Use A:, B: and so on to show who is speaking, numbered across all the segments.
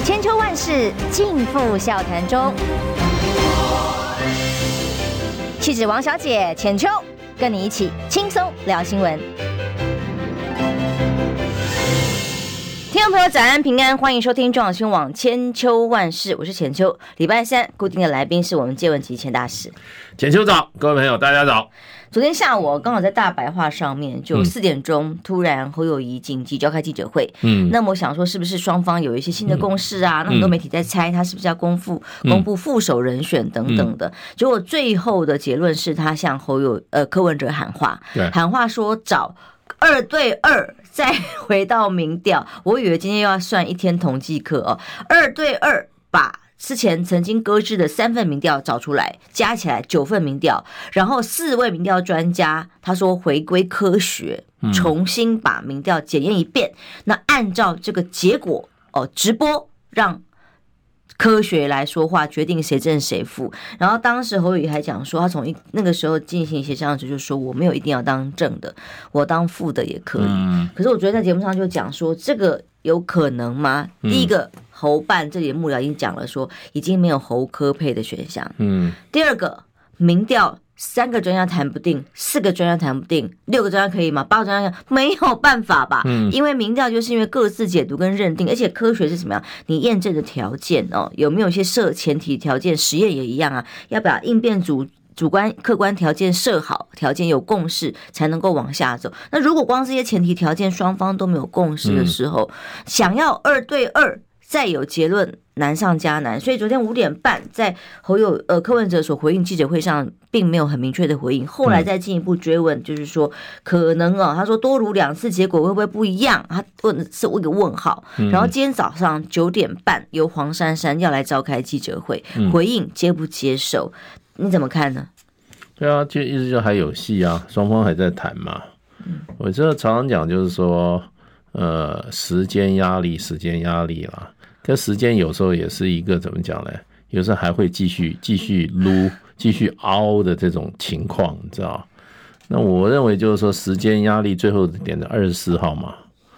A: 千秋万世尽付笑谈中。气质王小姐浅秋，跟你一起轻松聊新闻。听众朋友早安平安，欢迎收听中广新闻网千秋万世，我是浅秋。礼拜三固定的来宾是我们借问集钱大使。
B: 浅秋早，各位朋友大家早。
A: 昨天下午刚好在大白话上面，就4点钟突然侯友宜紧急召开记者会。那么我想说，是不是双方有一些新的共识啊？那很多媒体在猜他是不是要公布副手人选等等的。结果最后的结论是他向柯文哲喊话说找2对2。再回到民调，我以为今天又要算一天统计课哦。2对2把之前曾经搁置的3份民调找出来，加起来9份民调，然后4位民调专家他说回归科学，重新把民调检验一遍。那按照这个结果直播让科学来说话，决定谁正谁负。然后当时侯友宜还讲说，他从那个时候进行协商时就说，我没有一定要当正的，我当副的也可以。可是我昨天在节目上就讲说，这个有可能吗？第一个，侯办这里的幕僚已经讲了说，已经没有侯科配的选项。第二个，民调3个专家谈不定，4个专家谈不定，6个专家可以吗？8个专家没有办法吧？因为民调就是因为各自解读跟认定，而且科学是什么样？你验证的条件有没有一些设前提条件？实验也一样啊，要把应变主观客观条件设好，条件有共识才能够往下走。那如果光这些前提条件双方都没有共识的时候，想要2对2再有结论，难上加难。所以昨天5点半在柯文哲所回应记者会上并没有很明确的回应，后来再进一步追问，就是说可能他说多如2次结果会不会不一样，他问的是一个问号。然后今天早上9点半由黄珊珊要来召开记者会，回应接不接受，你怎么看呢？
B: 对啊，就意思就还有戏啊，双方还在谈嘛。我这常常讲就是说时间压力啦，可时间有时候也是一个怎么讲呢？有时候还会继续撸、继续凹的这种情况，你知道？那我认为就是说，时间压力最后点的24号嘛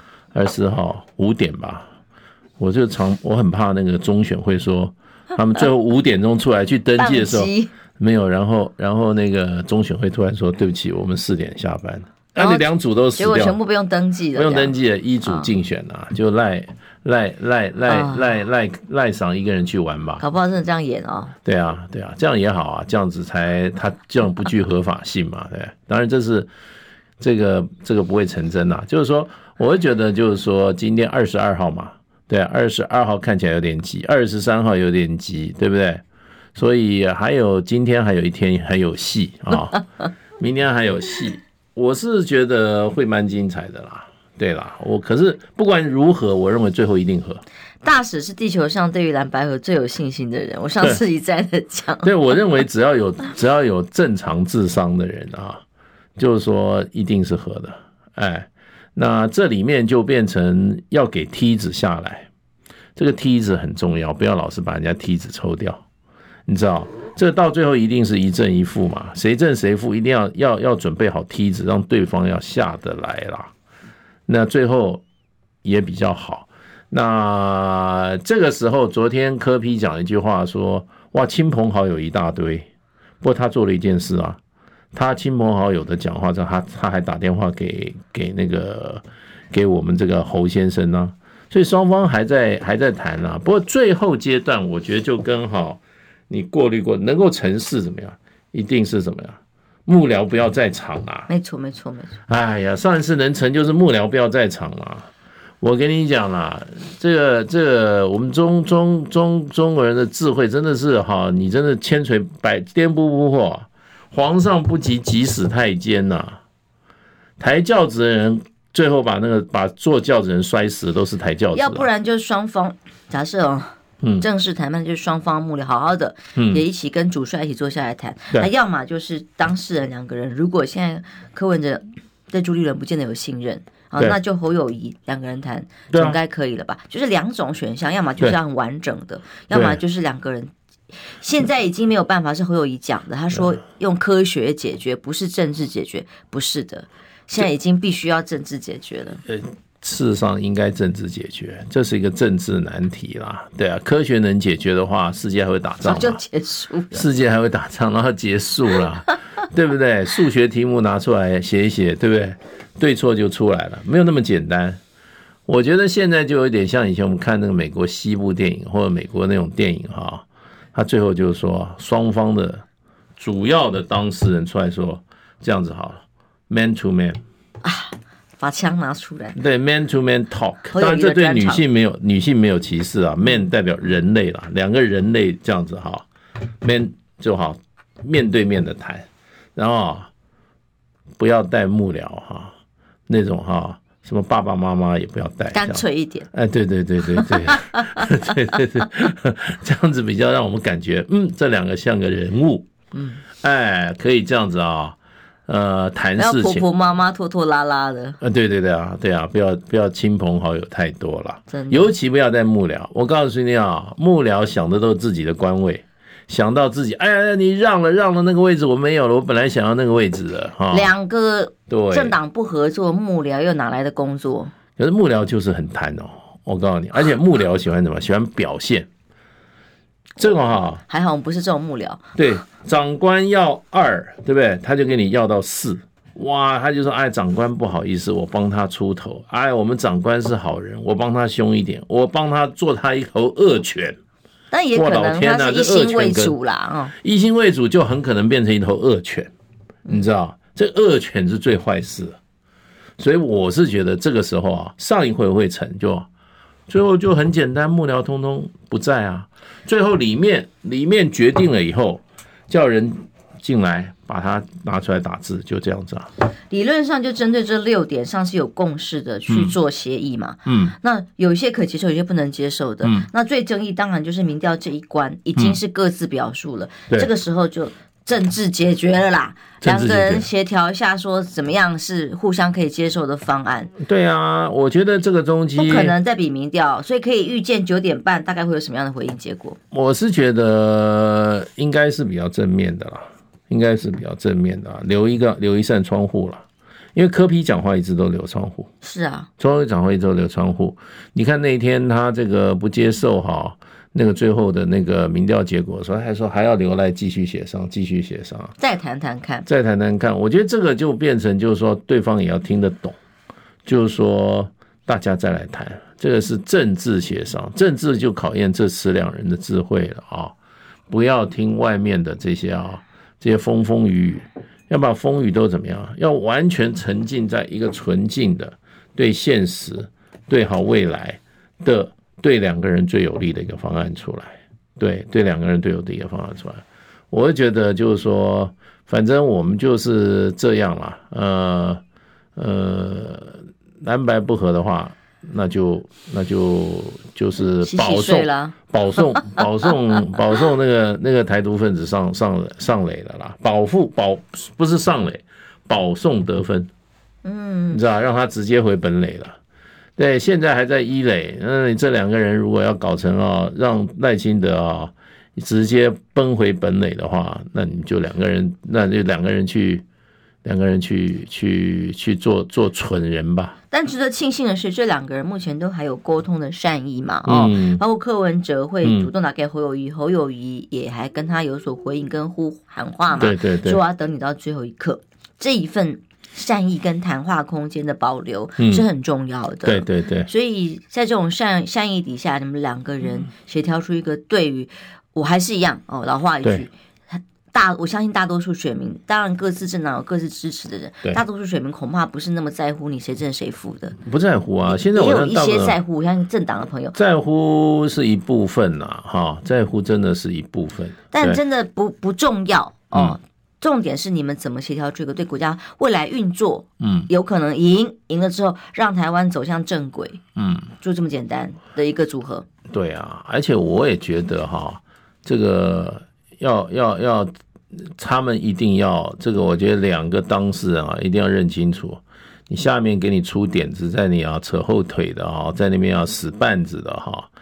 B: ，24号5点吧。我很怕那个中选会说，他们最后5点钟出来去登记的时候没有，然后那个中选会突然说对不起，我们4点下班。那你2组都死掉，
A: 结果全部不用登记了，
B: 不用登记了，一组竞选啊，就赖赏一个人去玩吧，
A: 搞不好真的这样演哦。
B: 对啊，这样也好啊，这样子他这样不具合法性嘛，对。当然这个不会成真啊，就是说我会觉得就是说今天22号嘛，对，22号看起来有点急，23号有点急，对不对？所以今天还有一天还有戏啊，明天还有戏。我是觉得会蛮精彩的啦，对啦，可是不管如何，我认为最后一定和。
A: 大使是地球上对于蓝白合最有信心的人，我上次一再的讲。
B: 对，我认为只要有正常智商的人啊，就是说一定是和的。那这里面就变成要给梯子下来，这个梯子很重要，不要老是把人家梯子抽掉，你知道。这到最后一定是一正一负嘛，谁正谁负，一定要准备好梯子，让对方要下得来啦。那最后也比较好。那这个时候，昨天柯 P 讲一句话说：“哇，亲朋好友一大堆。”不过他做了一件事啊，他亲朋好友的讲话之后，他还打电话给我们这个侯先生啊，所以双方还在谈啊。不过最后阶段，我觉得就刚好。你过滤过能够成事怎么样？一定是怎么样？幕僚不要在场啊！
A: 没错。
B: 哎呀，上一次能成就是幕僚不要在场啊！我跟你讲啦，这个我们中国人的智慧真的是哈，你真的千锤百颠不破，皇上不急急死太监呐！抬轿子的人最后把坐轿子的人摔死的都是抬轿子，
A: 要不然就是双方假设正式谈判就是双方幕僚好好的，也一起跟主帅一起坐下来谈。那要么就是当事人2个人，如果现在柯文哲对朱立伦不见得有信任，那就侯友宜2个人谈，总该可以了吧？就是2种选项，要么就是很完整的，要么就是2个人。现在已经没有办法，是侯友宜讲的，他说用科学解决，不是政治解决，不是的，现在已经必须要政治解决了。
B: 事实上应该政治解决，这是一个政治难题啦。对啊，科学能解决的话，世界还会打仗吗？
A: 早就结束了，
B: 世界还会打仗，然后结束了，对不对？数学题目拿出来写一写，对不对？对错就出来了，没有那么简单。我觉得现在就有点像以前我们看那个美国西部电影或者美国那种电影哈，他最后就是说双方的主要的当事人出来说这样子好了 ，man to man
A: 啊。把枪拿出来，
B: 对 ，man to man talk， 当然这对女性没有歧视啊 ，man 代表人类啦，两个人类这样子哈 ，man 就好面对面的谈，然后不要带幕僚哈，那种哈什么爸爸妈妈也不要带，
A: 干脆一点，
B: 哎，对，对，这样子比较让我们感觉这两个像个人物，哎，可以这样子啊。谈事情，
A: 不要婆婆妈妈拖拖拉拉的。
B: 对啊，不要亲朋好友太多了，尤其不要带幕僚。我告诉你啊，幕僚想的都是自己的官位，想到自己，哎呀，你让了那个位置我没有了，我本来想要那个位置的哈。
A: 两个政党不合作，幕僚又哪来的工作？
B: 可是幕僚就是很贪哦，我告诉你，而且幕僚喜欢什么？喜欢表现。这个哈
A: 还好我们不是这种幕僚，
B: 对，长官要2，对不对？他就给你要到4，哇，他就说，哎，长官不好意思，我帮他出头，哎，我们长官是好人，我帮他凶一点，我帮他做他一头恶犬。
A: 但也可能他是一心为主啦，
B: 一心为主就很可能变成一头恶犬，你知道，这恶犬是最坏事的。所以我是觉得这个时候啊，上一回会成就。最后就很简单，幕僚通通不在啊。最后里面决定了以后，叫人进来把它拿出来打字，就这样子啊。
A: 理论上就针对这6点上是有共识的去做协议嘛。那有一些可接受，有些不能接受的。那最争议当然就是民调这一关已经是各自表述了，这个时候就政治解决了啦，两个人协调一下，说怎么样是互相可以接受的方案。
B: 对啊，我觉得这个东西
A: 不可能再比民调，所以可以预见9点半大概会有什么样的回应结果。
B: 我是觉得应该是比较正面的啦，留一扇窗户啦。因为柯 P 讲话一直都留窗户。
A: 是啊，
B: 柯 P 讲话一直都留窗户。你看那一天他这个不接受哈。那个最后的那个民调结果说，还说还要留来继续协商，
A: 再谈谈看。
B: 我觉得这个就变成就是说对方也要听得懂，就是说大家再来谈，这个是政治协商，政治就考验这2人的智慧了啊！不要听外面的这些风风雨雨，要把风雨都怎么样？要完全沉浸在一个纯净的对现实、对好未来的。对2个人最有利的一个方案出来，对2个人最有利的一个方案出来，我会觉得就是说，反正我们就是这样啦，蓝白不合的话，那就是保送那个台独分子上垒了啦，不是上垒，保送得分，你知道，让他直接回本垒了。对，现在还在1垒，那你这2个人如果要搞成让赖清德直接奔回本垒的话，那你就2个人去做蠢人吧。
A: 但值得庆幸的是，这2个人目前都还有沟通的善意嘛，包括柯文哲会主动打给侯友宜，侯友宜也还跟他有所回应跟喊话嘛，
B: 对，
A: 说要等你到最后一刻，这一份善意跟谈话空间的保留是很重要的，
B: 对，
A: 所以在这种善意底下，你们2个人协调出一个对于我还是一样老话一句，我相信大多数选民，当然各自政党有各自支持的人，大多数选民恐怕不是那么在乎你谁正谁负的，
B: 不在乎啊。现在
A: 也有一些在乎，像政党的朋友
B: 在乎是一部分啦，在乎真的是一部分，
A: 但真的不重要重点是你们怎么协调这个对国家未来运作，有可能赢了之后让台湾走向正轨，就这么简单的一个组合。
B: 对啊，而且我也觉得这个要他们一定要这个，我觉得2个当事人一定要认清楚，你下面给你出点子，在你扯后腿的在那边要使绊子的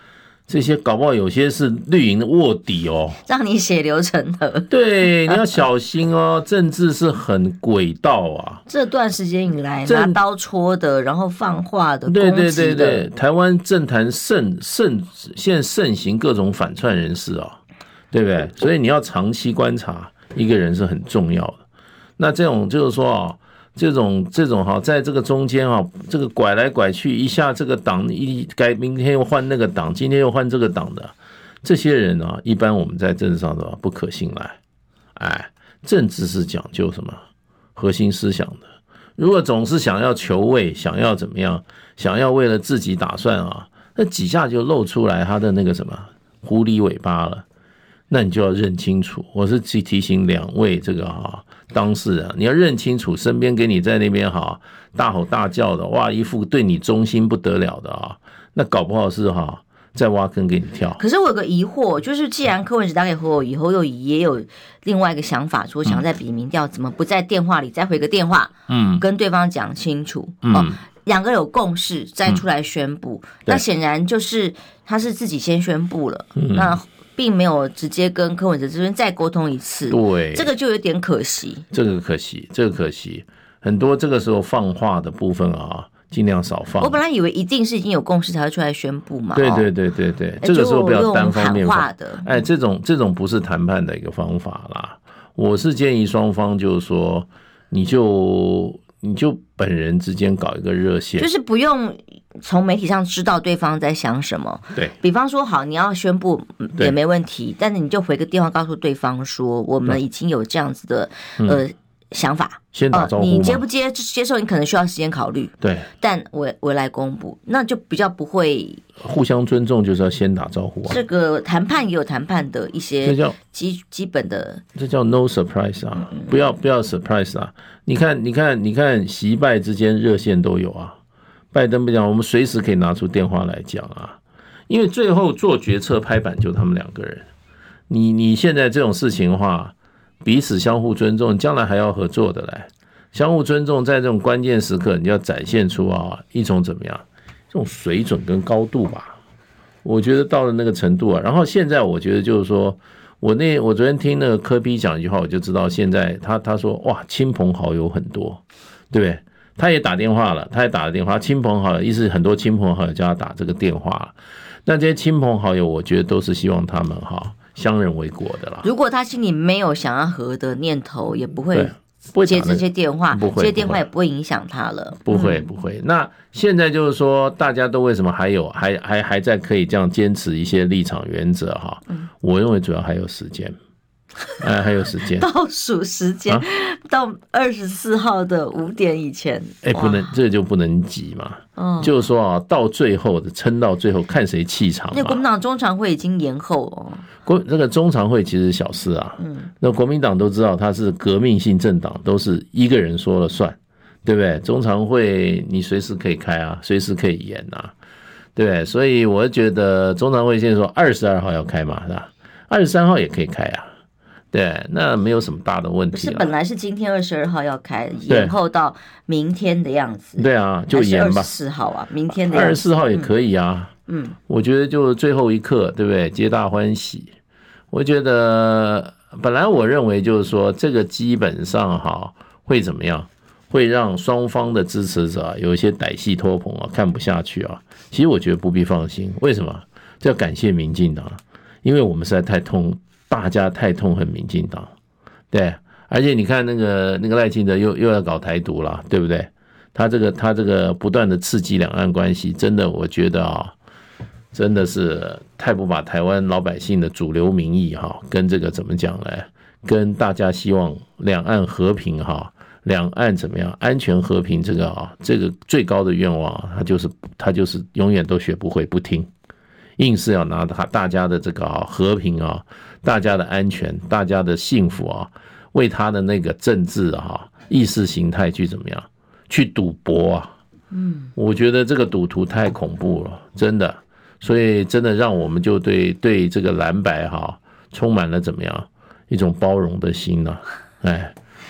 B: 这些搞不好有些是绿营的卧底哦，
A: 让你血流成河。
B: 对，你要小心哦，政治是很诡道啊。
A: 这段时间以来，拿刀戳的，然后放话的，
B: 对对对对，台湾政坛现在盛行各种反串人士啊，对不对？所以你要长期观察一个人是很重要的。那这种就是说啊。这种哈，在这个中间啊，这个拐来拐去，一下这个党一改，明天又换那个党，今天又换这个党的这些人啊，一般我们在政治上的不可信赖。哎，政治是讲究什么核心思想的。如果总是想要求位，想要怎么样，想要为了自己打算啊，那几下就露出来他的那个什么狐狸尾巴了。那你就要认清楚，我是提醒两位这个当事人，你要认清楚，身边给你在那边大吼大叫的，哇，一副对你忠心不得了的那搞不好是在挖坑给你跳。
A: 可是我有个疑惑，就是既然柯文哲打给侯友宜，侯友宜也有另外一个想法，说想再比民调，怎么不在电话里再回个电话，跟对方讲清楚，两个有共识再出来宣布，那显然就是他是自己先宣布了，那并没有直接跟柯文哲这边再沟通一次，
B: 对，
A: 这个就有点可惜。
B: 这个可惜，很多这个时候放话的部分尽量少放。
A: 我本来以为一定是已经有共识才会出来宣布嘛。
B: 对，这个时候不要单方面
A: 喊话的。
B: 哎，这种不是谈判的一个方法啦。我是建议双方就是说，你就本人之间搞一个热线，
A: 就是不用从媒体上知道对方在想什么。
B: 对，
A: 比方说好，你要宣布也没问题，但是你就回个电话告诉对方说，我们已经有这样子的想法，
B: 先打招呼
A: 你接不接受，你可能需要时间考虑。
B: 对，
A: 但我来公布，那就比较不会
B: 互相尊重，就是要先打招呼
A: 这个谈判也有谈判的一些基本的，
B: 这叫 no surprise 不要 surprise 你看，习拜之间热线都有拜登不讲，我们随时可以拿出电话来讲因为最后做决策拍板就他们两个人。你现在这种事情的话，彼此相互尊重，将来还要合作的来，相互尊重，在这种关键时刻，你要展现出一种怎么样，这种水准跟高度吧。我觉得到了那个程度然后现在我觉得就是说，我昨天听那个柯 P 讲一句话，我就知道现在他说哇，亲朋好友很多，对不对？他也打电话了，亲朋好友，意思很多亲朋好友叫他打这个电话了。那这些亲朋好友，我觉得都是希望他们相认为国的啦。
A: 如果他心里没有想要和的念头，也不会接这些电话，这些电话也不会影响他了。
B: 不会。那现在就是说，大家都为什么还在可以这样坚持一些立场原则我认为主要还有时间。还有时间，
A: 倒数时间到24号的5点以前。
B: 不能，这就不能急嘛。就是说到最后的撑到最后，看谁气场。
A: 那国民党中常会已经延后
B: 这个中常会其实是小事那国民党都知道他是革命性政党，都是一个人说了算，对不对？中常会你随时可以开随时可以延对不对？所以我觉得中常会现在说22号要开嘛，是吧？23号也可以开对，那没有什么大的问题。
A: 是本来是今天22号要开，延后到明天的样子。
B: 对就延吧。
A: 24号明天的样子。
B: 24号也可以我觉得就最后一刻，对不对？皆大欢喜。我觉得本来我认为就是说，这个基本上会怎么样？会让双方的支持者有一些歹戏拖棚看不下去其实我觉得不必放心。为什么？这要感谢民进党，因为我们实在大家太痛恨民进党，对，而且你看那个赖清德又要搞台独了，对不对？他这个不断的刺激两岸关系，真的我觉得真的是太不把台湾老百姓的主流民意跟这个怎么讲呢？跟大家希望两岸和平两岸怎么样安全和平这个最高的愿望他就是永远都学不会不听，硬是要拿大家的这个和平大家的安全，大家的幸福为他的那个政治意识形态去怎么样去赌博我觉得这个赌徒太恐怖了，真的。所以真的让我们就对这个蓝白充满了怎么样一种包容的心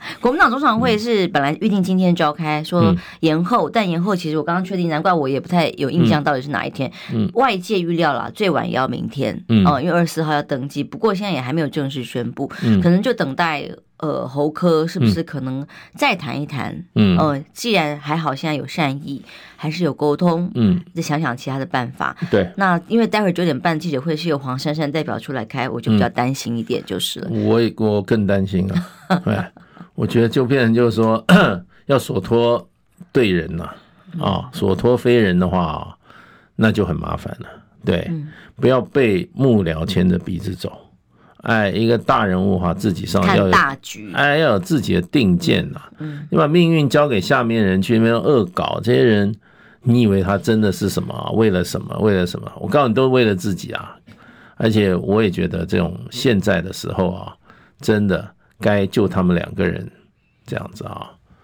A: 国民党中常会是本来预定今天召开，说延后，但延后其实我刚刚确定，难怪我也不太有印象到底是哪一天。外界预料啦，最晚也要明天，因为24号要登记，不过现在也还没有正式宣布，可能就等待侯科是不是可能再谈一谈？既然还好现在有善意，还是有沟通，再想想其他的办法。
B: 对，
A: 那因为待会儿9点半记者会是由黄珊珊代表出来开，我就比较担心一点就是了。
B: 我更担心了。我觉得就变成就是说要所托对人了所托非人的话，那就很麻烦了。对，不要被幕僚牵着鼻子走。一个大人物自己上要有
A: 看大局，
B: 要有自己的定见你把命运交给下面人去那边恶搞，这些人你以为他真的是什么？为了什么？为了什么？我告诉你，都是为了自己啊！而且我也觉得这种现在的时候真的该就他们2个人这样子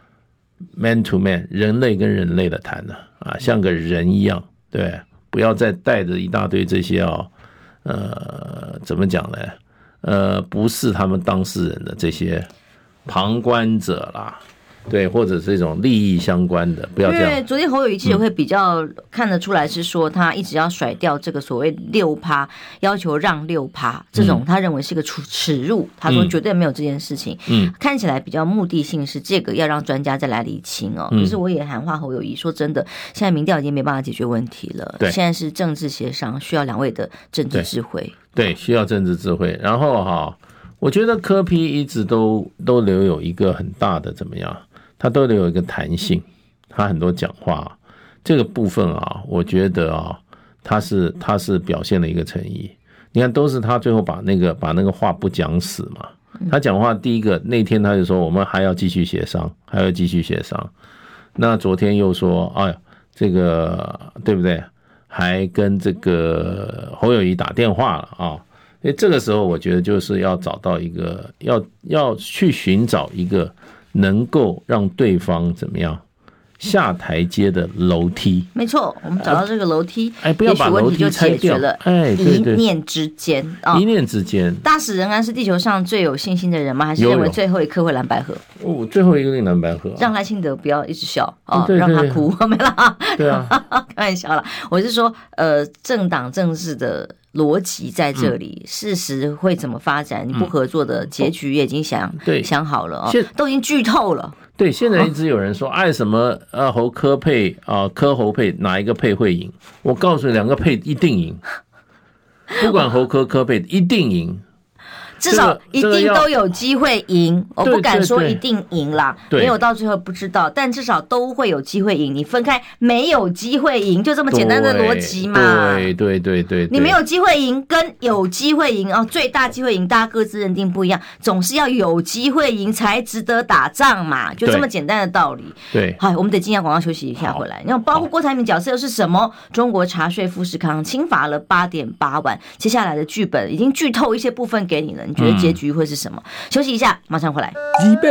B: man to man， 人类跟人类的谈像个人一样，对，不要再带着一大堆这些怎么讲呢？不是他们当事人的这些旁观者啦。对，或者是这种利益相关的，不要这样。
A: 因为昨天侯友宜记者会比较看得出来是说，他一直要甩掉这个所谓6%，要求让6%这种，他认为是个耻辱。他说绝对没有这件事情。看起来比较目的性是这个要让专家再来厘清可是我也喊话侯友宜，说真的，现在民调已经没办法解决问题了。对，现在是政治协商，需要2位的政治智慧。对，
B: 需要政治智慧。然后我觉得柯 P 一直都留有一个很大的怎么样？他都有一个弹性，他很多讲话这个部分我觉得他是表现了一个诚意。你看，都是他最后把那个话不讲死嘛。他讲话第一个那天他就说我们还要继续协商，还要继续协商。那昨天又说这个对不对？还跟这个侯友宜打电话了因为这个时候我觉得就是要找到一个要去寻找一个能够让对方怎么样下台阶的楼梯。
A: 没错，我们找到这个楼梯，
B: 不要把楼梯拆掉。
A: 一念之间
B: 一念之间。
A: 大使仍然是地球上最有信心的人吗？还是认为最后一刻会蓝白合？
B: 最后一个蓝白合，
A: 让赖清德不要一直笑让他哭，没啦。对啊，开玩笑啦。我是说，政党政治的逻辑在这里，事实会怎么发展？你不合作的结局也已经想好了都已经剧透了。对，
B: 现在一直有人说什么侯柯配柯侯配哪一个配会赢？我告诉你，2个配一定赢，不管侯柯柯配一定赢。
A: 至少一定都有机会赢，我不敢说一定赢啦，没有到最后不知道，但至少都会有机会赢。你分开没有机会赢，就这么简单的逻辑嘛。
B: 对，
A: 你没有机会赢跟有机会赢最大机会赢，大家各自认定不一样，总是要有机会赢才值得打仗嘛，就这么简单的道理。
B: 对，
A: 好，我们得进下广告休息一下回来。你看，包括郭台铭角色又是什么？中国查税富士康轻罚了8.8万，接下来的剧本已经剧透一些部分给你了。你觉得结局会是什么？休息一下，马上回来。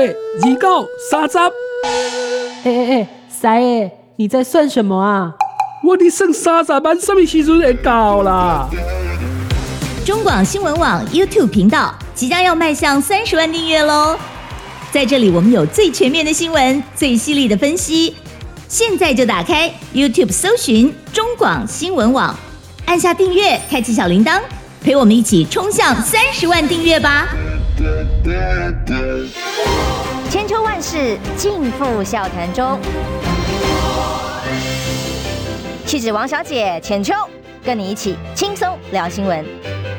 C: 28、29、30。
D: 三爷，你在算什么啊？
C: 我的剩30万，什么时阵会到啦？
E: 中广新闻网 YouTube 频道即将要迈向30万订阅喽！在这里，我们有最全面的新闻，最犀利的分析。现在就打开 YouTube 搜寻中广新闻网，按下订阅，开启小铃铛。陪我们一起冲向30万订阅吧！
A: 千秋万世尽付笑谈中，气质王小姐浅秋，跟你一起轻松聊新闻。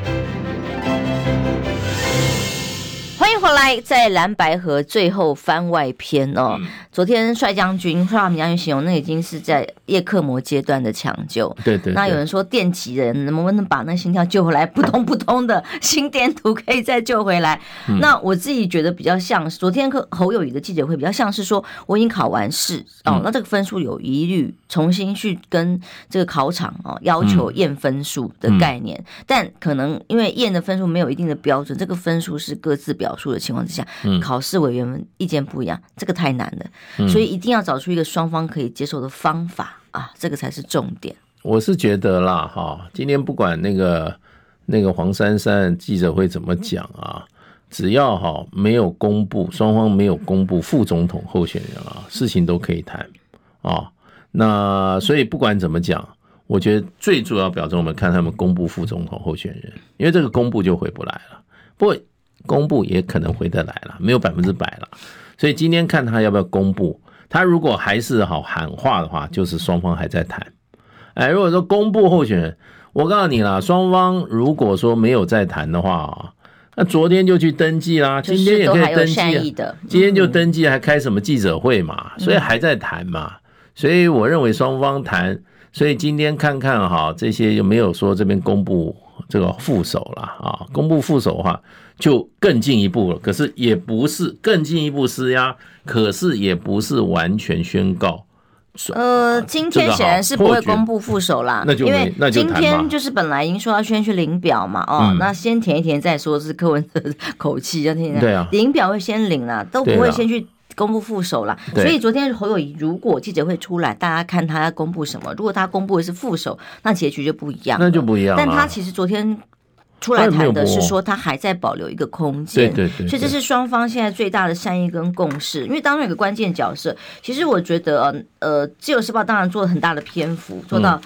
A: 欢迎回来，在蓝白河最后番外篇昨天帅将军形容那已经是在叶克膜阶段的抢救。
B: 对。
A: 那有人说电击人能不能把那心跳救回来？扑通的心电图可以再救回来。那我自己觉得比较像是昨天侯友宜的记者会，比较像是说我已经考完试那这个分数有疑虑，重新去跟这个考场要求验分数的概念。但可能因为验的分数没有一定的标准，这个分数是各自表述的情况之下，考试委员们意见不一样，这个太难了。所以一定要找出一个双方可以接受的方法这个才是重点。
B: 我是觉得啦今天不管那个黄珊珊记者会怎么讲只要没有公布，双方没有公布副总统候选人啊，事情都可以谈啊。那所以不管怎么讲，我觉得最主要表征我们看他们公布副总统候选人，因为这个公布就回不来了，不过公布也可能回得来了，没有100%了。所以今天看他要不要公布，他如果还是喊话的话，就是双方还在谈。如果说公布候选人，我告诉你啦，双方如果说没有在谈的话，那昨天就去登记啦，今天也可以登记啊，今天就登记，还开什么记者会嘛，所以还在谈嘛。所以我认为双方谈，所以今天看看这些又没有说这边公布这个副手了公布副手的话就更进一步了，可是也不是更进一步施压，可是也不是完全宣告。
A: 今天显然是不会公布副手啦，因为今天就是本来已经说要先去领表嘛，那先填一填再说，是柯文哲的口气，
B: 对啊，
A: 领表会先领啦，都不会先去公布副手啦。所以昨天侯友宜如果记者会出来，大家看他要公布什么，如果他公布的是副手，那结局就不一样了，
B: 那就不一样了。
A: 但他其实昨天出来谈的是说他还在保留一个空间，
B: 对，
A: 所以这是双方现在最大的善意跟共识。因为当中有个关键角色，其实我觉得自由时报当然做了很大的篇幅，做到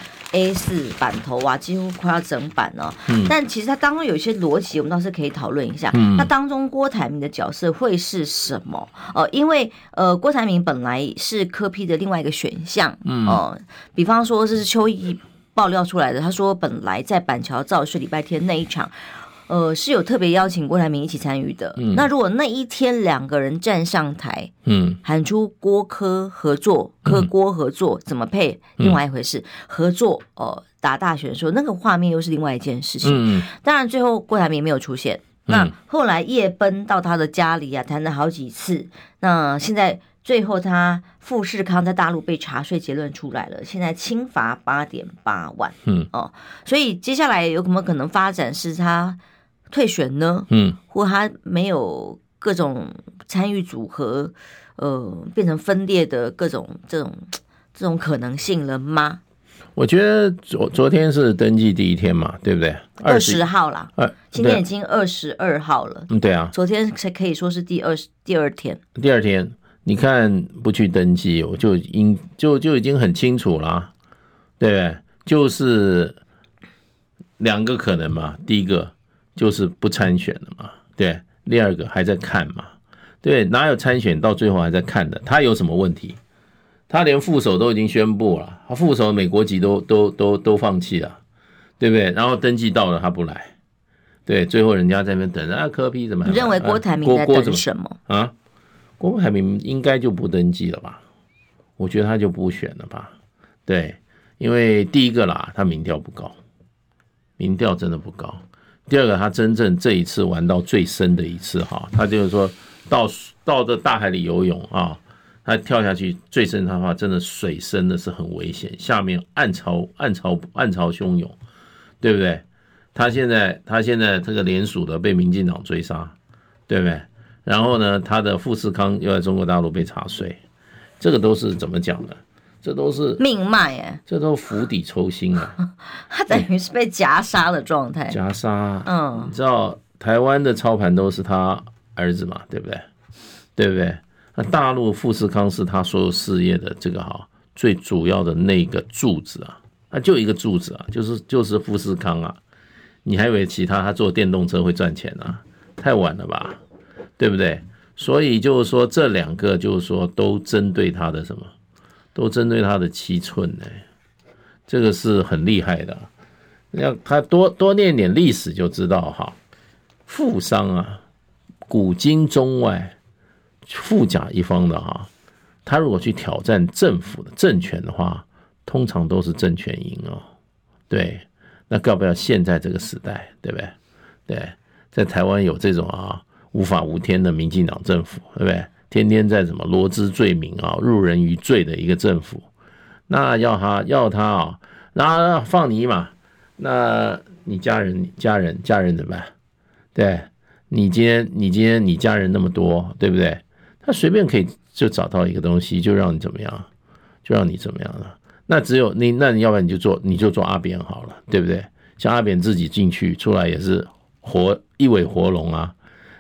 A: A4 版头啊，几乎快要整版了。但其实它当中有一些逻辑，我们倒是可以讨论一下。那当中郭台铭的角色会是什么？因为郭台铭本来是柯 P 的另外一个选项，比方说这是邱毅爆料出来的，他说本来在板桥造势礼拜天那一场，是有特别邀请郭台铭一起参与的。那如果那一天两个人站上台，喊出郭柯合作，柯郭合作怎么配，另外一回事。合作打大选的时候，那个画面又是另外一件事情。当然最后郭台铭没有出现。那后来夜奔到他的家里啊，谈了好几次。那现在最后他富士康在大陆被查税结论出来了，现在轻罚8.8万。所以接下来有没有可能发展是他退选呢？或他没有各种参与组合，变成分裂的各种这种可能性了吗？
B: 我觉得昨天是登记第一天嘛，对不对？20号
A: 啦，今天已经22号了。对
B: 啊，
A: 昨天才可以说是第二天。
B: 第二天，你看不去登记，我就已经很清楚了，对不对？就是2个可能嘛，第一个就是不参选了嘛，对；第二个还在看嘛，对，哪有参选到最后还在看的？他有什么问题？他连副手都已经宣布了，他副手美国籍都放弃了，对不对？然后登记到了他不来，对，最后人家在那边等柯 P 怎么？
A: 你认为郭台铭在等什么
B: 啊？郭台铭应该就不登记了吧？我觉得他就不选了吧？对，因为第一个啦，他民调不高，民调真的不高。第二个，他真正这一次玩到最深的一次他就是说到这大海里游泳啊。他跳下去最深的话，真的水深的是很危险，下面暗潮汹涌，对不对？他现在这个联署的被民进党追杀，对不对？然后呢，他的富士康又在中国大陆被查税，这个都是怎么讲的？这都是
A: 命脉
B: 这都府邸抽薪啊！
A: 他等于是被夹杀的状态，
B: 夹杀。你知道台湾的操盘都是他儿子嘛，对不对？对不对？那大陆富士康是他所有事业的这个最主要的那个柱子啊，就一个柱子啊，就是富士康啊，你还以为其他他做电动车会赚钱啊？太晚了吧，对不对？所以就是说这2个就是说都针对他的什么，都针对他的7寸这个是很厉害的。要他多念点历史就知道富商啊，古今中外。富甲一方的他如果去挑战政府的政权的话，通常都是政权赢对，那要不要现在这个时代，对不对？对，在台湾有这种无法无天的民进党政府，对不对？天天在什么罗织罪名入人于罪的一个政府，那要他那放你一马，那你家人怎么办？对，你今天你家人那么多，对不对？他随便可以就找到一个东西，就让你怎么样了。那只有那你要不然你就做阿扁好了，对不对？像阿扁自己进去出来也是一尾活龙啊。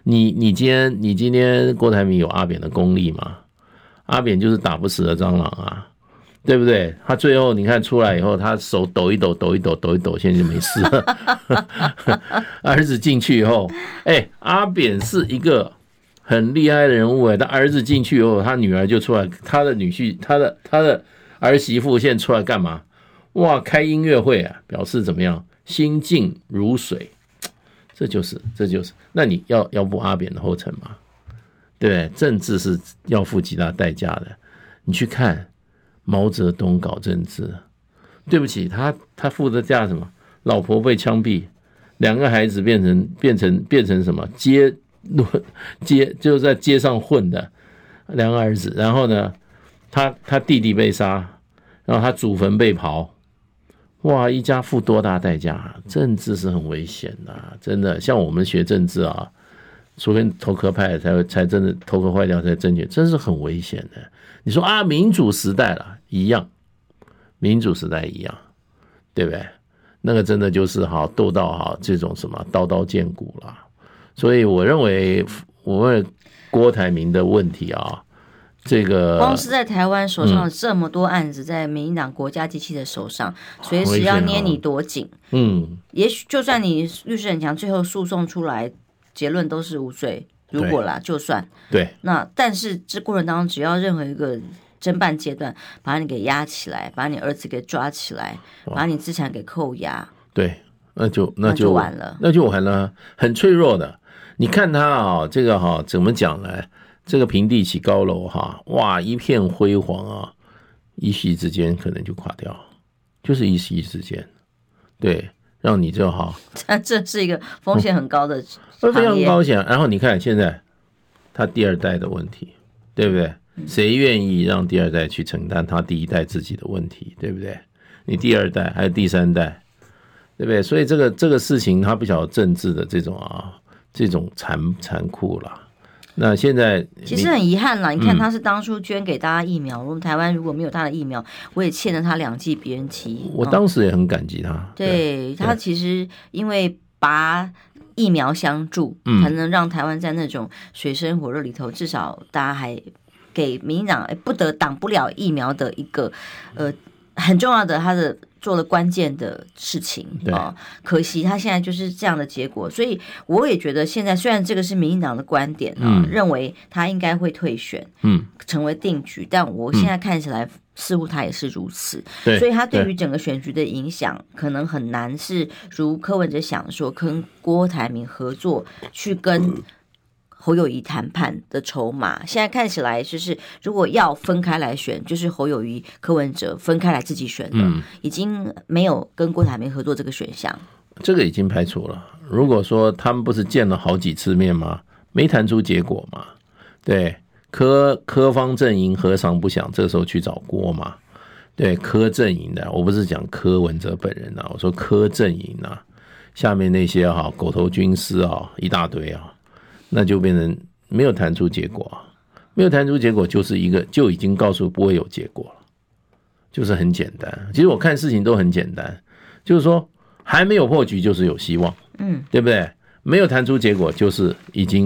B: 你今天郭台铭有阿扁的功力吗？阿扁就是打不死的蟑螂啊，对不对？他最后你看出来以后，他手抖一抖，现在就没事了。儿子进去以后，阿扁是一个很厉害的人物他儿子进去以后，他女儿就出来，他的女婿，他的儿媳妇现在出来干嘛？哇，开音乐会啊，表示怎么样？心静如水。这就是，那你要步阿扁的后尘吗？对不对？政治是要付极大代价的。你去看毛泽东搞政治，对不起，他付的价什么？老婆被枪毙，2个孩子变成什么？街就是在街上混的2个儿子，然后呢，他弟弟被杀，然后他祖坟被刨。哇，一家付多大代价？政治是很危险的，真的。像我们学政治啊，除非头壳派才真的头壳坏掉才正确，真是很危险的。你说啊，民主时代了，一样，民主时代一样，对不对？那个真的就是斗到这种什么刀刀见骨了。所以我认为郭台铭的问题啊。这个
A: 光是在台湾手上有这么多案子，在民进党国家机器的手上，随时要捏你多紧。也许就算你律师很强，最后诉讼出来结论都是无罪，如果啦，就算
B: 对。
A: 那但是这过程当中，只要任何一个侦办阶段把你给压起来，把你儿子给抓起来，把你资产给扣押，
B: 对，那就
A: 完了，
B: 那就完了，很脆弱的。你看他这个怎么讲呢？这个平地起高楼哇，一片辉煌一夕之间可能就垮掉，就是一夕之间，对，让你就
A: 这是一个风险很高的
B: 行业，非常高险。然后你看现在他第2代的问题，对不对？谁愿意让第2代去承担他第1代自己的问题，对不对？你第2代还有第3代，对不对？所以这个事情他不晓得政治的这种残酷啦。那现在
A: 其实很遗憾啦，你看他是当初捐给大家疫苗，我们台湾如果没有他的疫苗，我也欠了他2剂别人期。
B: 我当时也很感激他。
A: 对，他其实因为拔疫苗相助，才能让台湾在那种水深火热里头，至少大家还给民进党挡不了疫苗的一个很重要的他的。做了关键的事情可惜他现在就是这样的结果，所以我也觉得现在虽然这个是民进党的观点认为他应该会退选，成为定局，但我现在看起来似乎他也是如此，所以他对于整个选举的影响可能很难是如柯文哲想说跟郭台铭合作去跟侯友宜谈判的筹码，现在看起来就是如果要分开来选，就是侯友宜、柯文哲分开来自己选的，已经没有跟郭台铭合作这个选项，
B: 这个已经排除了。如果说他们不是见了好几次面吗？没谈出结果嘛？对，柯方阵营何尝不想这时候去找郭嘛？对，柯阵营的，我不是讲柯文哲本人我说柯阵营下面那些狗头军师一大堆那就变成没有谈出结果没有谈出结果就已经告诉不会有结果了，就是很简单。其实我看事情都很简单，就是说还没有破局就是有希望，对不对？没有谈出结果就是已经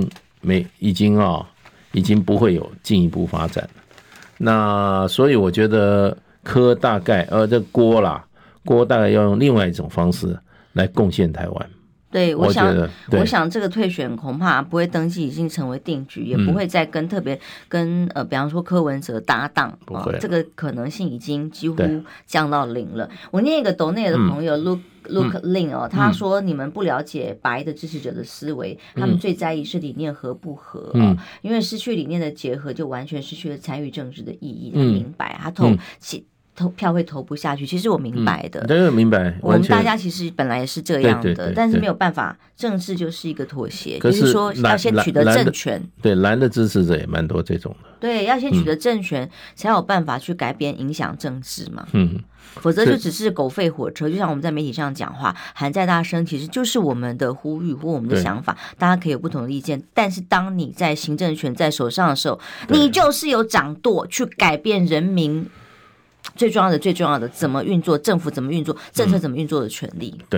B: 不会有进一步发展了。那所以我觉得柯大概这郭大概要用另外一种方式来贡献台湾。
A: 对，我想这个退选恐怕不会登记，已经成为定局，也不会再特别跟比方说柯文哲搭档这个可能性已经几乎降到0了。我念一个斗内的朋友Luke Lin 他说你们不了解白的支持者的思维，他们最在意是理念合不合因为失去理念的结合，就完全失去了参与政治的意义。他明白，他投票会投不下去，其实我明白的，
B: 对，明白。
A: 我们大家其实本来也是这样的，但是没有办法，政治就是一个妥协，就是说要先取得政权。
B: 对，蓝的支持者也蛮多这种的。
A: 对，要先取得政权，才有办法去改变影响政治嘛。否则就只是狗吠火车。就像我们在媒体上讲话，喊再大声，其实就是我们的呼吁或我们的想法，大家可以有不同的意见。但是当你在行政权在手上的时候，你就是有掌舵去改变人民。最重要的怎么运作，政府怎么运作，政策怎么运作的权利。
B: 对，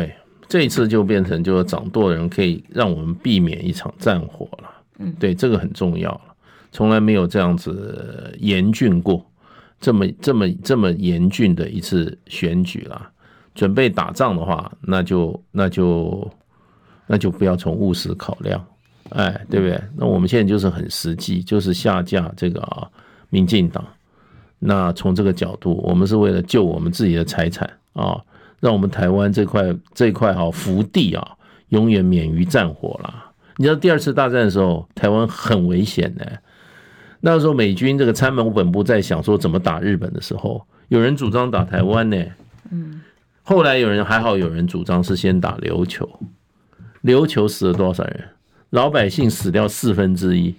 B: 这一次就变成就是掌舵人可以让我们避免一场战火了。对，这个很重要了，从来没有这样子严峻过，这么严峻的一次选举啦。准备打仗的话，那就不要从务实考量，对不对？那我们现在就是很实际，就是下架这个民进党。那从这个角度，我们是为了救我们自己的财产让我们台湾这块福地永远免于战火啦。你知道第二次大战的时候，台湾很危险的。那时候美军这个参谋本部在想说怎么打日本的时候，有人主张打台湾呢。后来还好有人主张是先打琉球，琉球死了多少人？老百姓死掉1/4。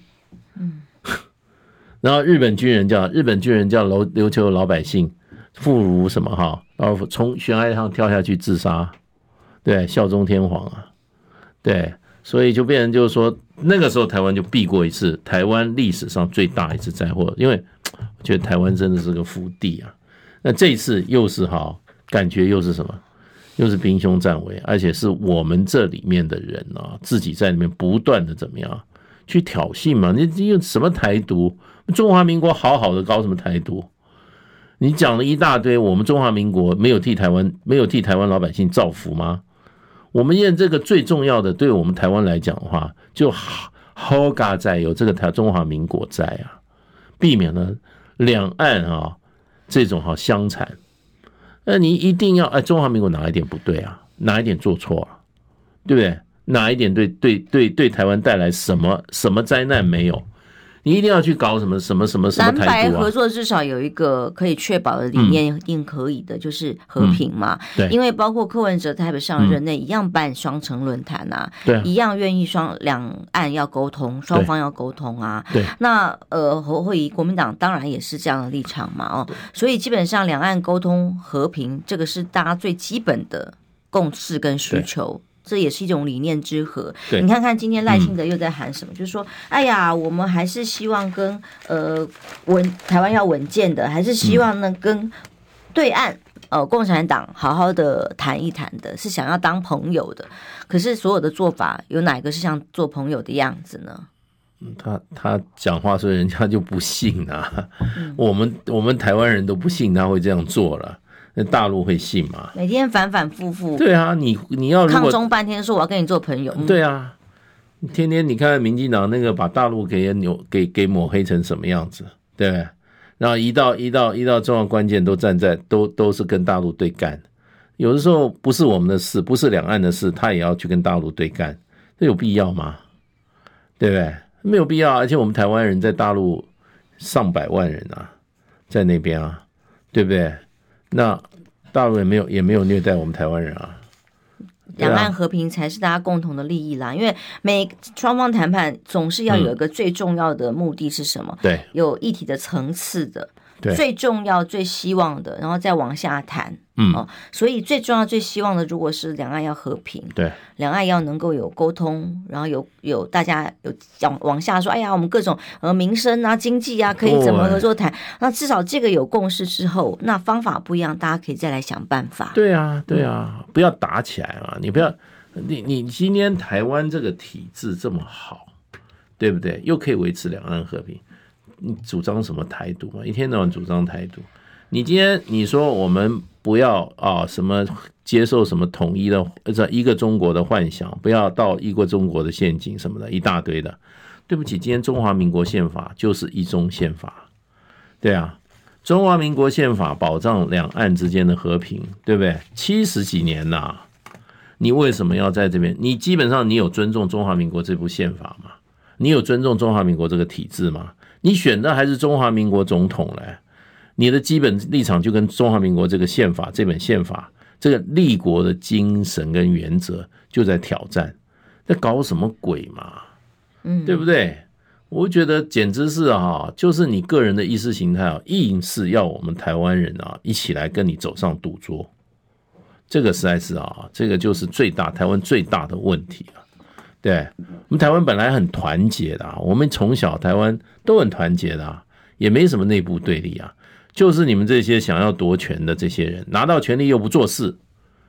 B: 然后日本军人叫琉球的老百姓妇孺什么然后从悬崖上跳下去自杀，对，效忠天皇对，所以就变成就是说那个时候台湾就避过一次台湾历史上最大一次灾祸，因为我觉得台湾真的是个福地那这一次又是感觉又是什么？又是兵凶战危，而且是我们这里面的人自己在里面不断的怎么样去挑衅嘛？你用什么台独？中华民国好好的搞什么台独？你讲了一大堆，我们中华民国没有替台湾老百姓造福吗？我们现在这个最重要的，对我们台湾来讲的话，就好嘎在有这个中华民国在避免了两岸这种相残。那你一定要中华民国哪一点不对哪一点做错对不对？哪一点对台湾带来什么灾难没有？你一定要去搞什么台独
A: 蓝白合作至少有一个可以确保的理念，一定可以的，就是和平嘛。
B: 对，
A: 因为包括柯文哲台北上任内一样办双城论坛
B: 对，
A: 一样愿意两岸要沟通，双方要沟通
B: 对，
A: 那侯友宜国民党当然也是这样的立场嘛所以基本上两岸沟通和平，这个是大家最基本的共识跟需求。这也是一种理念之合。你看看今天赖清德又在喊什么，就是说哎呀我们还是希望跟台湾要稳健的，还是希望呢跟对岸共产党好好的谈一谈的，是想要当朋友的。可是所有的做法有哪个是像做朋友的样子呢？
B: 他讲话，所以人家就不信我们台湾人都不信他会这样做了，那大陆会信吗？
A: 每天反反复复。
B: 对你要
A: 抗中半天说我要跟你做朋友。
B: 对天天你看民进党那个把大陆给抹黑成什么样子，对不对？然后一到重要关键都站在都是跟大陆对干，有的时候不是我们的事，不是两岸的事，他也要去跟大陆对干，这有必要吗？对不对？没有必要。而且我们台湾人在大陆上百万人在那边对不对？那大陆也没有虐待我们台湾人
A: 两岸和平才是大家共同的利益啦，因为双方谈判总是要有一个最重要的目的是什么？
B: 对，
A: 有议题的层次的，
B: 对，
A: 最重要最希望的，然后再往下谈。所以最重要最希望的，如果是两岸要和平，
B: 对，
A: 两岸要能够有沟通，然后有大家有往下说，哎呀，我们各种民生经济可以怎么合作谈？那至少这个有共识之后，那方法不一样，大家可以再来想办法。
B: 对不要打起来嘛！你不要，你今天台湾这个体制这么好，对不对？又可以维持两岸和平，你主张什么台独嘛？一天到晚主张台独。你今天你说我们不要什么接受什么统一的一个中国的幻想，不要到一个中国的陷阱什么的，一大堆的。对不起，今天中华民国宪法就是一中宪法，对中华民国宪法保障两岸之间的和平，对不对？70几年你为什么要在这边？你基本上你有尊重中华民国这部宪法吗？你有尊重中华民国这个体制吗？你选的还是中华民国总统嘞？你的基本立场就跟中华民国这个宪法，这本宪法这个立国的精神跟原则就在挑战，在搞什么鬼嘛？对不对？我觉得简直是就是你个人的意识形态硬是要我们台湾人一起来跟你走上赌桌，这个实在是这个就是台湾最大的问题对，我们台湾本来很团结的我们从小台湾都很团结的也没什么内部对立就是你们这些想要夺权的这些人拿到权力又不做事，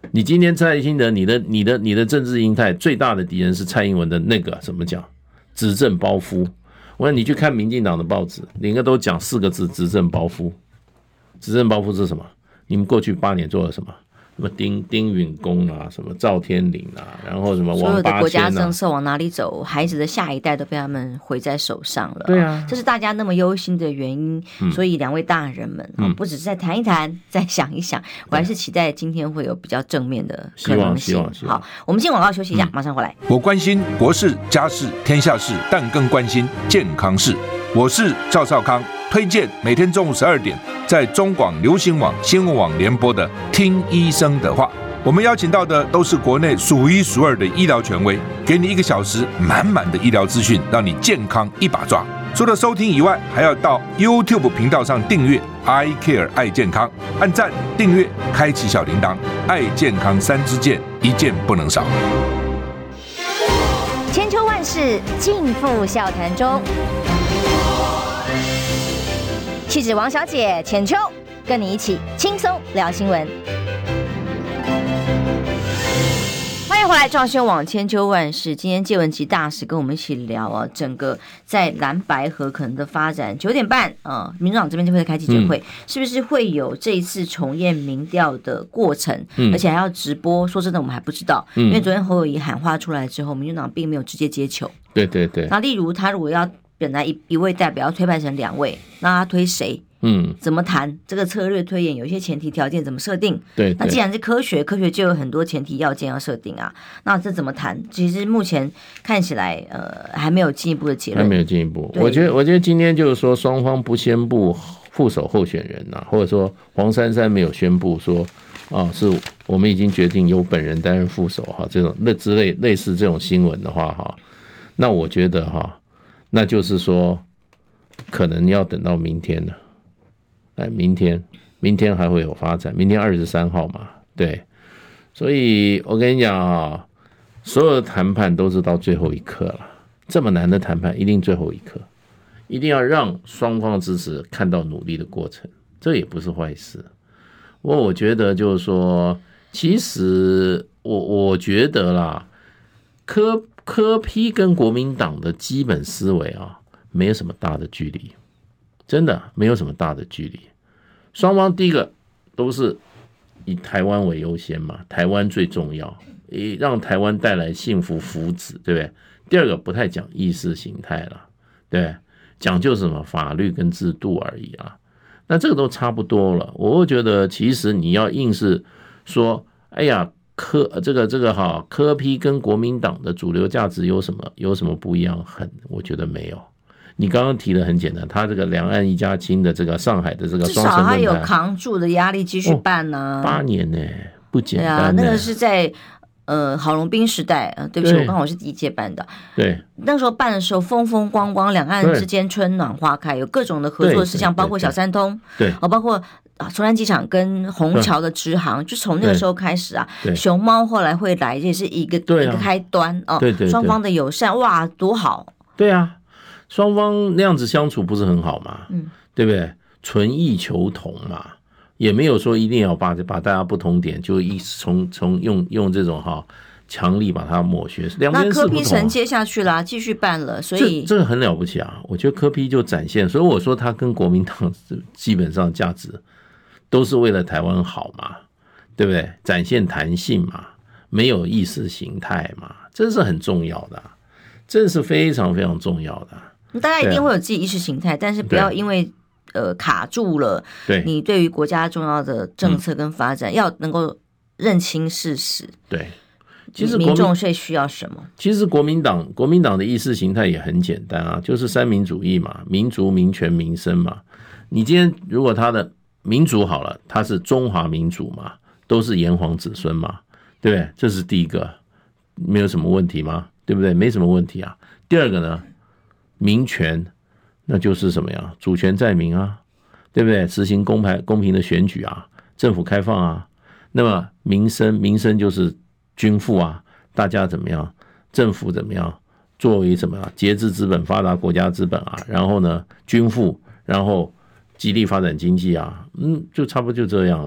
B: 你今天蔡清德，你的政治形态最大的敌人是蔡英文的那个怎么讲？执政包袱。我说你去看民进党的报纸，应该都讲4个字：执政包袱。执政包袱是什么？你们过去8年做了什么？什么丁允恭啊，什么赵天麟啊，然后什么王八千啊，
A: 所有的国家政策往哪里走，孩子的下一代都被他们回在手上了。
B: 对啊，
A: 这是大家那么忧心的原因。所以2位大人们不只是再谈一谈，再想一想，我还是期待今天会有比较正面的可能性。
B: 希望。
A: 好，我们进广告休息一下，马上回来。
F: 我关心国事、家事、天下事，但更关心健康事。我是赵少康，推荐每天中午12点在中广流行网、新闻网联播的《听医生的话》。我们邀请到的都是国内数1数2的医疗权威，给你1个小时满满的医疗资讯，让你健康一把抓。除了收听以外，还要到 YouTube 频道上订阅 I Care 爱健康，按赞、订阅、开启小铃铛，爱健康3支箭，一件不能少。
G: 千秋万世尽付笑谈中。气质王小姐浅秋，跟你一起轻松聊新闻。
A: 欢迎回来，壮宣网千秋万世。今天介文吉大使跟我们一起聊啊，整个在蓝白河可能的发展。9点半民众党这边就会开记者会，是不是会有这一次重验民调的过程？而且还要直播。说真的，我们还不知道，因为昨天侯友宜喊话出来之后，民众党并没有直接接球。
B: 对。
A: 那例如他如果要本来一位代表要推派成2位，那他推谁？怎么谈这个策略推演？有一些前提条件怎么设定？
B: 对，
A: 那既然是科学就有很多前提要件要设定啊。那这怎么谈？其实目前看起来，还没有进一步的结论。
B: 还没有进一步。我觉得今天就是说，双方不宣布副手候选人啊，或者说黄珊珊没有宣布说是我们已经决定由本人担任副手哈，这种类似这种新闻的话哈，那我觉得那就是说可能要等到明天了。明天还会有发展，明天23号嘛，对，所以我跟你讲所有的谈判都是到最后一刻了，这么难的谈判一定最后一刻，一定要让双方的支持看到努力的过程，这也不是坏事。我觉得就是说，其实我觉得啦，柯 P 跟国民党的基本思维没有什么大的距离，真的没有什么大的距离。双方第一个都是以台湾为优先嘛，台湾最重要，让台湾带来幸福福祉，对不对？第二个不太讲意识形态了，对，讲究什么法律跟制度而已啊。那这个都差不多了。我会觉得其实你要硬是说，哎呀，柯 P 跟国民党的主流价值有什么不一样？我觉得没有。你刚刚提的很简单，他这个两岸一家亲的这个上海的这个双城论坛，
A: 至少他有扛住的压力继续办呢
B: 8年呢，不简单。
A: 对啊，那个是在郝龙斌时代，对不起，我刚好是第一届办的。
B: 对，
A: 那时候办的时候风风光光，两岸之间春暖花开，有各种的合作事项，包括小三通，
B: 对，
A: 包括松山机场跟虹桥的直航，就从那个时候开始啊。熊猫后来会来，这也是一个开端哦。对，双方的友善，哇，多好。
B: 对啊。双方那样子相处不是很好吗？对不对？纯意求同嘛，也没有说一定要把大家不同点就从用这种强力把它抹削。两边是不同。那柯 P 承接
A: 下去了，继续办了，所以
B: 这个很了不起啊！我觉得柯 P 就展现，所以我说他跟国民党基本上价值都是为了台湾好嘛，对不对？展现弹性嘛，没有意识形态嘛，这是很重要的，这是非常非常重要的。
A: 大家一定会有自己意识形态，但是不要因为卡住了你对于国家重要的政策跟发展，要能够认清事实。
B: 对，其实
A: 民众最需要什么？
B: 其实国民党的意识形态也很简单啊，就是三民主义嘛，民族、民权、民生嘛。你今天如果他的民族好了，他是中华民族嘛，都是炎黄子孙嘛，对不对？这是第一个，没有什么问题吗？对不对？没什么问题啊。第二个呢？民权，那就是什么呀？主权在民啊，对不对？实行公平的选举啊，政府开放啊。那么民生就是均富啊，大家怎么样？政府怎么样？作为什么呀？节制资本，发达国家资本啊。然后呢，均富，然后激励发展经济啊。就差不多就这样啦。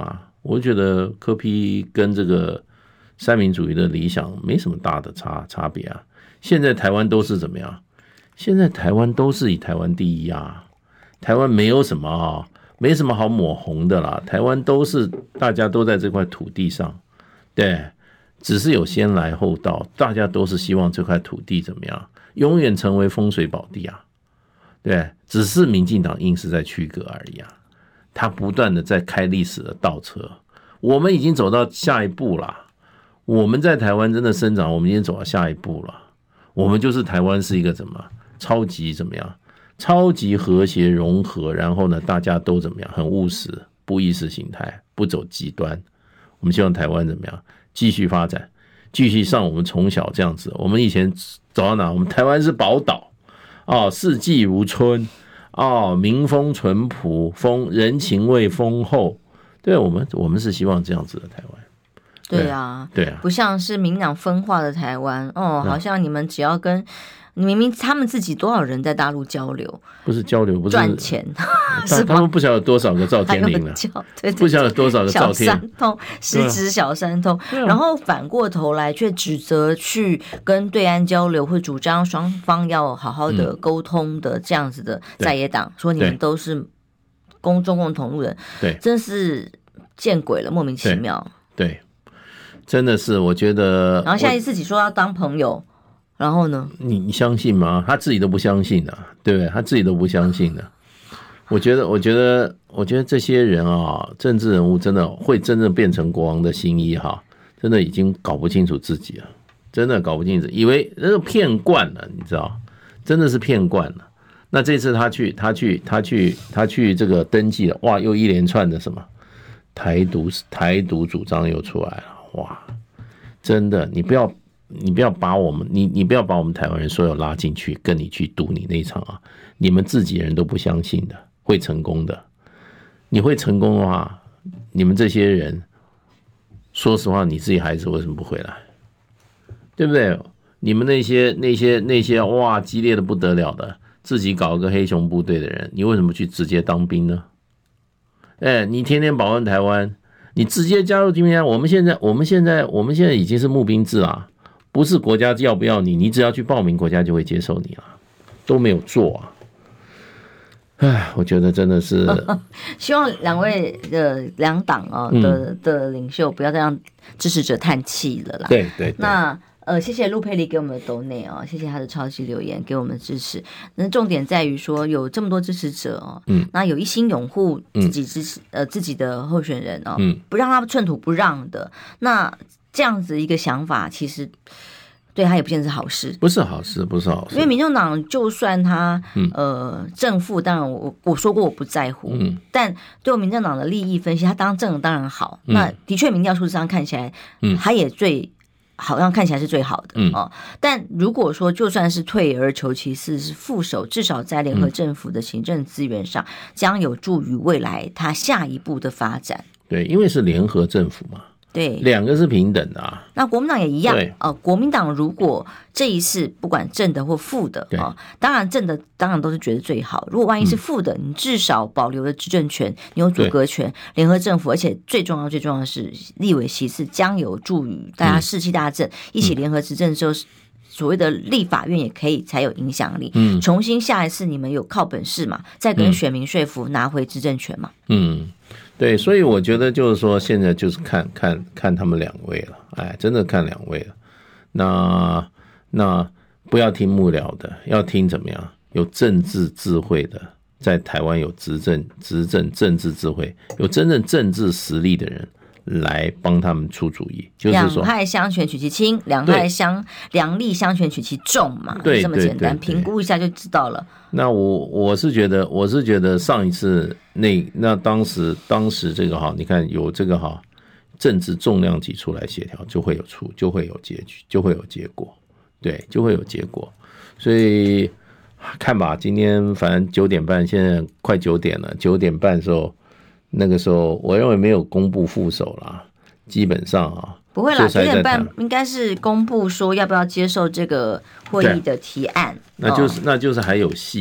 B: 我觉得柯 P 跟这个三民主义的理想没什么大的差别啊。现在台湾都是怎么样？现在台湾都是以台湾第一啊，台湾没有什么没什么好抹红的啦，台湾都是大家都在这块土地上，对，只是有先来后到，大家都是希望这块土地怎么样，永远成为风水宝地啊，对，只是民进党硬是在区隔而已啊，他不断的在开历史的倒车，我们已经走到下一步了，我们在台湾真的生长，我们已经走到下一步了，我们就是台湾是一个怎么超级怎么样，超级和谐融合，然后呢大家都怎么样，很务实，不意识形态，不走极端，我们希望台湾怎么样继续发展，继续像我们从小这样子，我们以前走到哪，我们台湾是宝岛四季如春民风淳朴，人情味丰厚，对，我们是希望这样子的台湾。
A: 对啊，
B: 对啊，
A: 不像是民党分化的台湾好像你们只要跟明明他们自己多少人在大陆交流，
B: 不是交流，不是
A: 赚钱，
B: 他们不晓得多少个赵天麟了，
A: 对，
B: 不晓得多少个赵天
A: 小三通，失职小三通，然后反过头来却指责去跟对岸交流，会主张双方要好好的沟通的这样子的在野党，说你们都是中共同路人，对，真是见鬼了，莫名其妙，
B: 对，真的是，我觉得，
A: 然后现在自己说要当朋友。然后呢？
B: 你相信吗？他自己都不相信的，对不对？他自己都不相信的。我觉得这些人政治人物真的会真正变成国王的新衣真的已经搞不清楚自己了，真的搞不清楚，以为那个骗惯了，你知道，真的是骗惯了。那这次他去这个登记了，哇，又一连串的什么台独主张又出来了，哇，真的，你不要把我们你不要把我们台湾人所有拉进去跟你去赌你那一场你们自己人都不相信的会成功的，你会成功的话，你们这些人说实话，你自己孩子为什么不回来，对不对？你们那些哇激烈的不得了的，自己搞个黑熊部队的人，你为什么去直接当兵呢？你天天保卫台湾，你直接加入军兵，我们现在已经是募兵制啊，不是国家要不要你只要去报名，国家就会接受你了，都没有做我觉得真的是
A: 希望两党的领袖不要再让支持者叹气了啦。
B: 对。
A: 那谢谢陆佩丽给我们的抖内谢谢他的超级留言给我们支持。那重点在于说有这么多支持者那有一心拥护自己支持自己的候选人不让他寸土不让的，那这样子一个想法，其实对他也不见得是好事，不是好事。因为民众党就算他正负，当然我说过我不在乎，但对我民众党的利益分析，他当正当然好。那的确民调数字上看起来，他也好像看起来是最好的但如果说就算是退而求其次是副手，至少在联合政府的行政资源上，将有助于未来他下一步的发展。对，因为是联合政府嘛。对，两个是平等的那国民党也一样国民党如果这一次不管正的或负的当然正的当然都是觉得最好。如果万一是负的，你至少保留了执政权，你有阻隔权，联合政府，而且最重要的是立委席次将有助于大家士气大振，一起联合执政之后。所谓的立法院也可以才有影响力，重新下一次你们有靠本事嘛，再跟选民说服拿回执政权嘛。对，所以我觉得就是说，现在就是看他们两位了，真的看两位了。那不要听幕僚的，要听怎么样？有政治智慧的，在台湾有执政政治智慧，有真正政治实力的人。来帮他们出主意，就是说两害相权取其轻，两利相权取其重嘛，对，这么简单，评估一下就知道了。那我是觉得上一次那当时这个你看有这个政治重量级出来协调，就会有结局，就会有结果，对，就会有结果。所以看吧，今天反正9点半，现在快9点了，9点半的时候。那个时候，我认为没有公布副手啦，基本上不会啦。9点半应该是公布说要不要接受这个会议的提案，那就是还有戏嘛，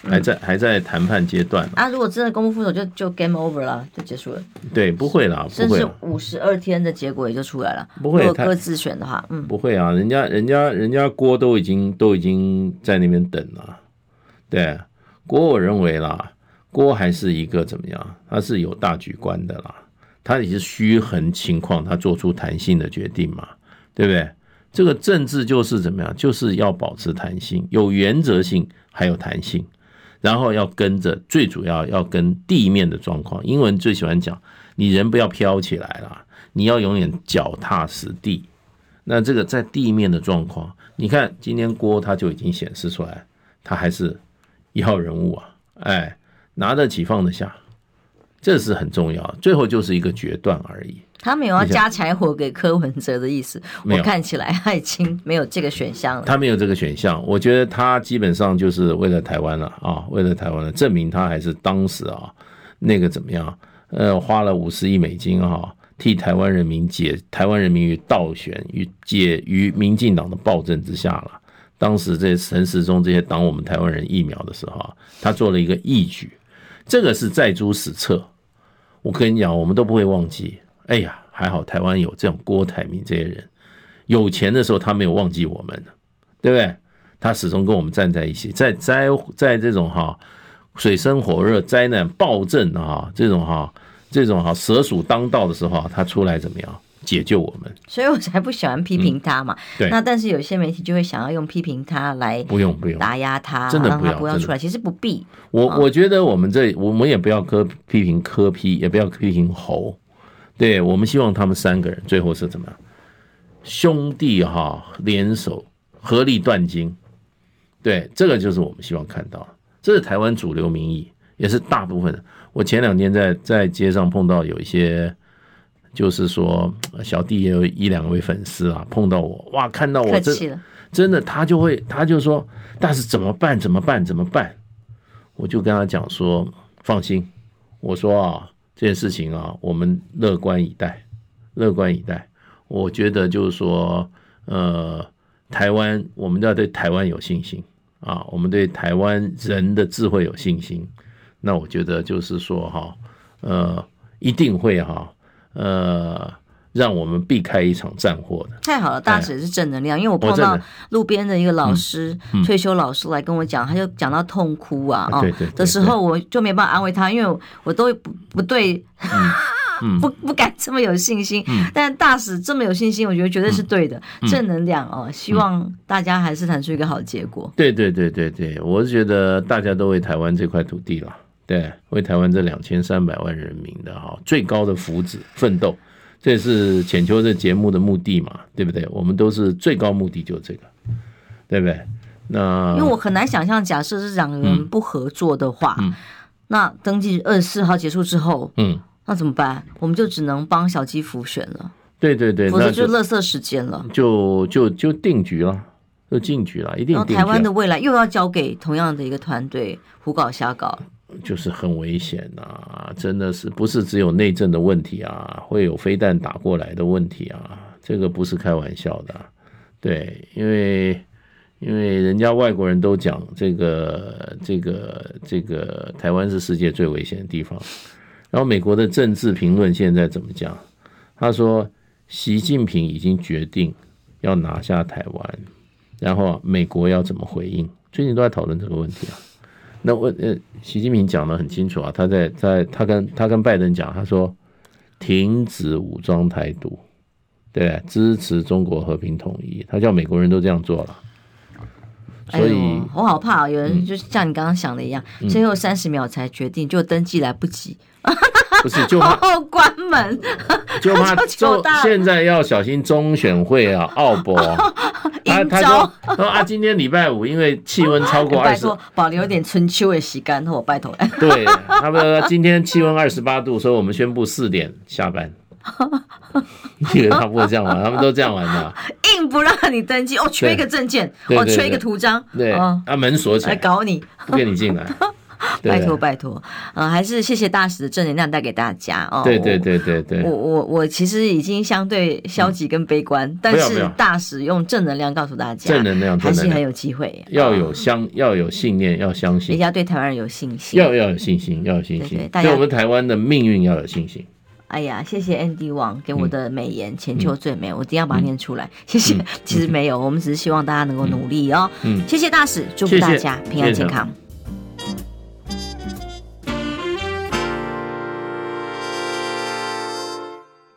B: 还在谈判阶段
A: 啊。如果真的公布复仇就 game over 了，就结束了。
B: 对，不会啦，
A: 甚至52天的结果也就出来了。
B: 不会，
A: 如果各自选的话，
B: 不会啊，人家郭都已经在那边等了。对，郭我认为啦，郭还是一个怎么样？他是有大局观的啦，他也是虚衡情况，他做出弹性的决定嘛，对不对？这个政治就是怎么样？就是要保持弹性，有原则性，还有弹性，然后要跟着，最主要要跟地面的状况。英文最喜欢讲，你人不要飘起来啦，你要永远脚踏实地。那这个在地面的状况，你看今天郭他就已经显示出来，他还是一号人物啊，拿得起放得下，这是很重要。最后就是一个决断而已。
A: 他没有要加柴火给柯文哲的意思，我看起来他已经没有这个选项了。
B: 他没有这个选项，我觉得他基本上就是为了台湾了啊，为了台湾了，证明他还是当时那个怎么样？花了50亿美金替台湾人民台湾人民于倒选解于民进党的暴政之下了。当时这陈时中这些挡我们台湾人疫苗的时候他做了一个义举，这个是在诸史册。我跟你讲，我们都不会忘记。哎呀，还好台湾有这种郭台铭这些人，有钱的时候他没有忘记我们，对不对？他始终跟我们站在一起，在这种水深火热、灾难暴政这种蛇鼠当道的时候他出来怎么样解救我们？
A: 所以我才不喜欢批评他嘛。
B: 对。
A: 那但是有些媒体就会想要用批评他来
B: 不用
A: 打压他，
B: 真的
A: 让他不要出来。其实不必。
B: 我觉得我们也不要批评柯 P， 也不要批评侯。对，我们希望他们3个人最后是怎么样？兄弟联手合力断金。对，这个就是我们希望看到，这是台湾主流民意，也是大部分的。我前2天在街上碰到有一些，就是说小弟也有1-2位粉丝碰到我，哇，看到我真的他就说，但是怎么办？我就跟他讲说，放心，我说这件事情我们乐观以待。我觉得就是说，台湾我们要对台湾有信心我们对台湾人的智慧有信心。那我觉得就是说一定会让我们避开一场战祸的。
A: 太好了，大使是正能量，因为我碰到路边的一个老师，退休老师来跟我讲，他就讲到痛哭
B: 对
A: 的时候，我就没办法安慰他，因为我都不对，不敢这么有信心。但大使这么有信心，我觉得绝对是对的，正能量希望大家还是谈出一个好结果。
B: 对，我是觉得大家都为台湾这块土地了，对，为台湾这2300万人民的最高的福祉奋斗。这也是浅秋这节目的目的嘛，对不对？我们都是最高目的就是这个，对不对？那
A: 因为我很难想象，假设是2个人不合作的话，那登记24号结束之后，那怎么办？我们就只能帮小鸡辅选了。
B: 对，
A: 否则就垃圾时间了，
B: 就定局了，就进局了，一定定局了。
A: 台湾的未来又要交给同样的一个团队胡搞瞎搞。
B: 就是很危险真的是不是只有内政的问题会有飞弹打过来的问题这个不是开玩笑的对，因为人家外国人都讲这个台湾是世界最危险的地方，然后美国的政治评论现在怎么讲？他说习近平已经决定要拿下台湾，然后美国要怎么回应？最近都在讨论这个问题那习近平讲得很清楚他跟拜登讲，他说停止武装台独，对，支持中国和平统一，他叫美国人都这样做了。所以
A: 我好怕有人就像你刚刚想的一样，最后30秒才决定，就登记来不及。
B: 不是就怕
A: 关门，
B: 就怕现在要小心中选会奥博他说今天礼拜5因为气温超过20，
A: 拜托保留点春秋的时间，我拜托。
B: 对，他们说今天气温28度，所以我们宣布4点下班。以为他不会这样玩，他们都这样玩的，
A: 硬不让你登记缺一个证件，缺一个图章，
B: 对，门锁起来，
A: 来搞你，
B: 不给你进来。
A: 拜托，还是谢谢大使的正能量带给大家哦。
B: 对，
A: 我其实已经相对消极跟悲观，但是大使用正能量告诉大家，
B: 正能量
A: 还是很有机会。
B: 要有信念，要相信，
A: 也要对台湾人有信心，
B: 要有信心，对我们台湾的命运要有信心。
A: 哎呀，谢谢 Andy 王给我的美言，浅秋最美，我一定要把它念出来。谢谢。其实没有，我们只是希望大家能够努力哦。谢谢大使，祝福大家平安健康。